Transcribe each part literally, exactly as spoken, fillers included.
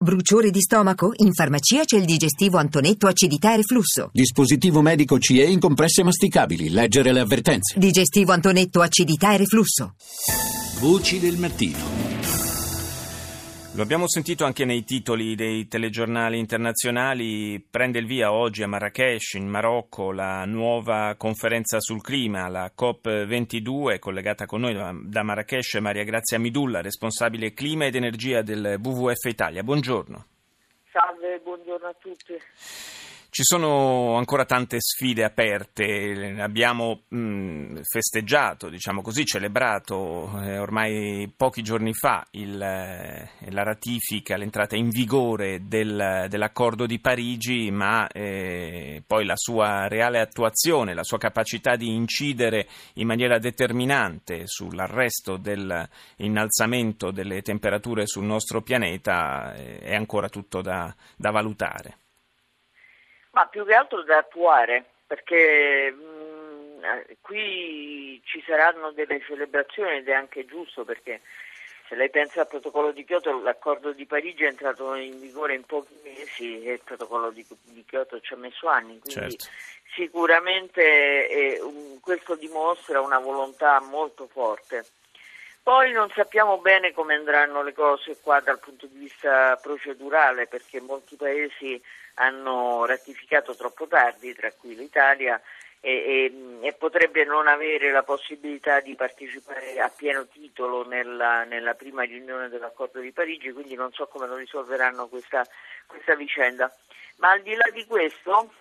Bruciore di stomaco? In farmacia c'è il digestivo Antonetto acidità e reflusso. Dispositivo medico C E in compresse masticabili. Leggere le avvertenze. Digestivo Antonetto acidità e reflusso. Voci del mattino. Lo abbiamo sentito anche nei titoli dei telegiornali internazionali. Prende il via oggi a Marrakech, in Marocco, la nuova conferenza sul clima, la COP ventidue, collegata con noi da Marrakech Maria Grazia Midulla, responsabile clima ed energia del W W F Italia. Buongiorno. Salve, buongiorno a tutti. Ci sono ancora tante sfide aperte, abbiamo mh, festeggiato, diciamo così, celebrato eh, ormai pochi giorni fa il, eh, la ratifica, l'entrata in vigore del, dell'accordo di Parigi, ma eh, poi la sua reale attuazione, la sua capacità di incidere in maniera determinante sull'arresto dell'innalzamento delle temperature sul nostro pianeta eh, è ancora tutto da, da valutare. Ma più che altro da attuare, perché mh, qui ci saranno delle celebrazioni ed è anche giusto, perché se lei pensa al protocollo di Kyoto, l'accordo di Parigi è entrato in vigore in pochi mesi e il protocollo di, di Kyoto ci ha messo anni, quindi certo. Sicuramente eh, um, questo dimostra una volontà molto forte. Poi non sappiamo bene come andranno le cose qua dal punto di vista procedurale, perché molti paesi hanno ratificato troppo tardi, tra cui l'Italia, e, e, e potrebbe non avere la possibilità di partecipare a pieno titolo nella, nella prima riunione dell'accordo di Parigi, quindi non so come lo risolveranno questa, questa vicenda. Ma al di là di questo,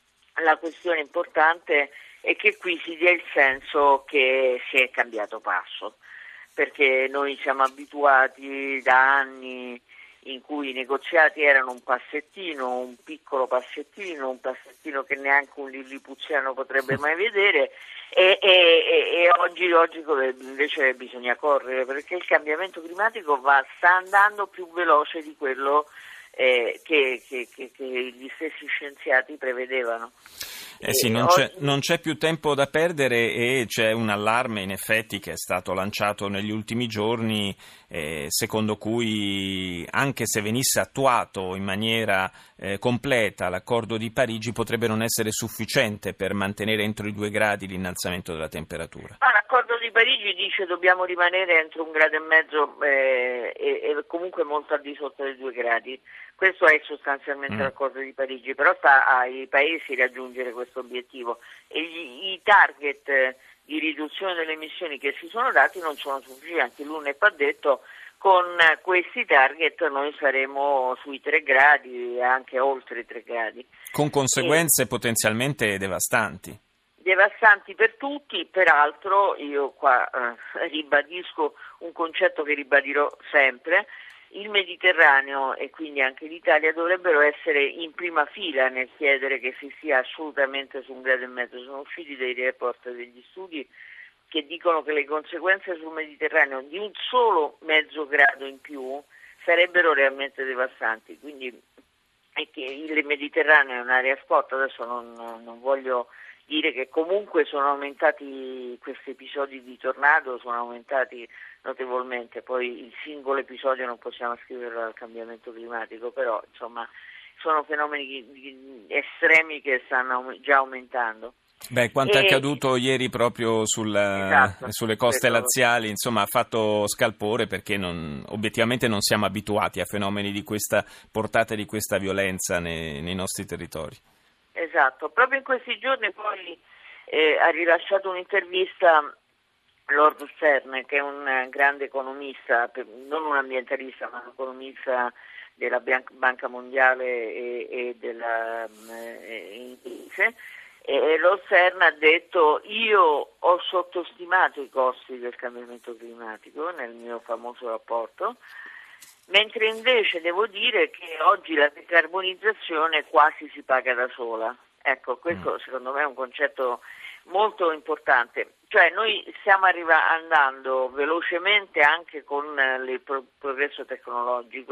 la questione importante è che qui si dia il senso che si è cambiato passo, perché noi siamo abituati da anni in cui i negoziati erano un passettino, un piccolo passettino, un passettino che neanche un lillipuziano potrebbe mai vedere, e, e, e oggi, oggi invece bisogna correre, perché il cambiamento climatico va, sta andando più veloce di quello eh, che, che, che, che gli stessi scienziati prevedevano. Eh sì, non c'è, non c'è più tempo da perdere e c'è un allarme in effetti che è stato lanciato negli ultimi giorni, eh, secondo cui anche se venisse attuato in maniera eh, completa l'accordo di Parigi potrebbe non essere sufficiente per mantenere entro i due gradi l'innalzamento della temperatura. Ma l'accordo di Parigi dice dobbiamo rimanere entro un grado e mezzo eh, e, e comunque molto al di sotto dei due gradi. Questo è sostanzialmente mm. l'accordo di Parigi, però sta ai paesi raggiungere questo obiettivo e gli, i target di riduzione delle emissioni che si sono dati non sono sufficienti. L'U N E P ha detto con questi target noi saremo sui tre gradi e anche oltre i tre gradi. Con conseguenze e, potenzialmente devastanti. Devastanti per tutti, peraltro io qua eh, ribadisco un concetto che ribadirò sempre. Il Mediterraneo e quindi anche l'Italia dovrebbero essere in prima fila nel chiedere che si sia assolutamente su un grado e mezzo. Sono usciti dei report, degli studi che dicono che le conseguenze sul Mediterraneo di un solo mezzo grado in più sarebbero realmente devastanti. Quindi è che il Mediterraneo è un'area spot, adesso non, non voglio dire che comunque sono aumentati questi episodi di tornado, sono aumentati notevolmente, poi il singolo episodio non possiamo ascriverlo al cambiamento climatico, però insomma sono fenomeni estremi che stanno già aumentando. Beh, quanto e... è accaduto ieri proprio sul, esatto, sulle coste quello... laziali, insomma ha fatto scalpore perché non, obiettivamente non siamo abituati a fenomeni di questa portata e di questa violenza nei, nei nostri territori. Esatto, proprio in questi giorni poi eh, ha rilasciato un'intervista Lord Stern, che è un grande economista, non un ambientalista ma un economista della Banca Mondiale e, e della eh, inglese, e Lord Stern ha detto: io ho sottostimato i costi del cambiamento climatico nel mio famoso rapporto, mentre invece devo dire che oggi la decarbonizzazione quasi si paga da sola. Ecco, questo secondo me è un concetto molto importante. Cioè noi stiamo arriva- andando velocemente anche con il pro- progresso tecnologico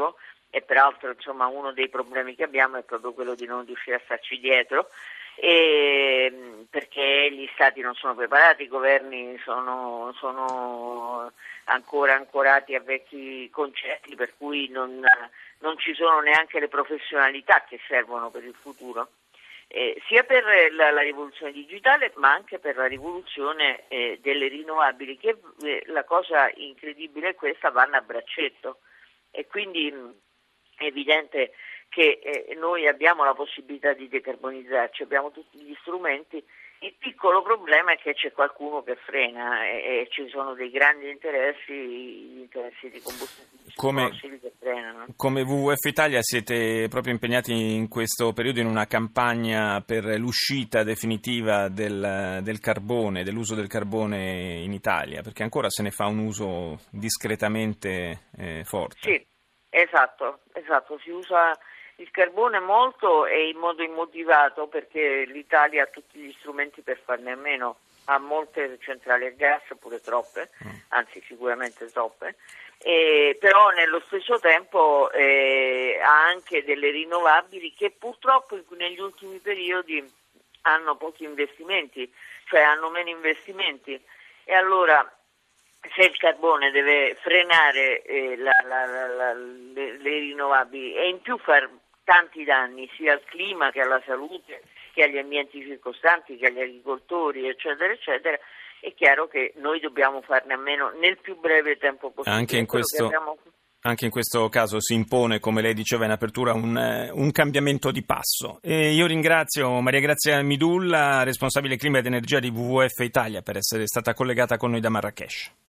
e peraltro insomma uno dei problemi che abbiamo è proprio quello di non riuscire a starci dietro, e, perché gli stati non sono preparati, i governi sono, sono ancora ancorati a vecchi concetti, per cui non, non ci sono neanche le professionalità che servono per il futuro. Eh, sia per la, la rivoluzione digitale ma anche per la rivoluzione eh, delle rinnovabili, che eh, la cosa incredibile è questa, vanno a braccetto, e quindi mh, è evidente che eh, noi abbiamo la possibilità di decarbonizzarci, abbiamo tutti gli strumenti. Il piccolo problema è che c'è qualcuno che frena e, e ci sono dei grandi interessi, gli interessi di combustibili fossili che frenano. Come W W F Italia siete proprio impegnati in questo periodo in una campagna per l'uscita definitiva del, del carbone, dell'uso del carbone in Italia, perché ancora se ne fa un uso discretamente eh, forte. Sì, esatto, esatto, si usa il carbone molto e in modo immotivato, perché l'Italia ha tutti gli strumenti per farne a meno, ha molte centrali a gas, pure troppe, anzi sicuramente troppe, e, però nello stesso tempo eh, ha anche delle rinnovabili che purtroppo negli ultimi periodi hanno pochi investimenti, cioè hanno meno investimenti, e allora se il carbone deve frenare eh, la, la, la, la, le, le rinnovabili e in più far tanti danni sia al clima che alla salute che agli ambienti circostanti che agli agricoltori eccetera eccetera, è chiaro che noi dobbiamo farne a meno nel più breve tempo possibile. Anche in questo, abbiamo... anche in questo caso si impone, come lei diceva in apertura, un, un cambiamento di passo. E io ringrazio Maria Grazia Midulla, responsabile clima ed energia di W W F Italia, per essere stata collegata con noi da Marrakech.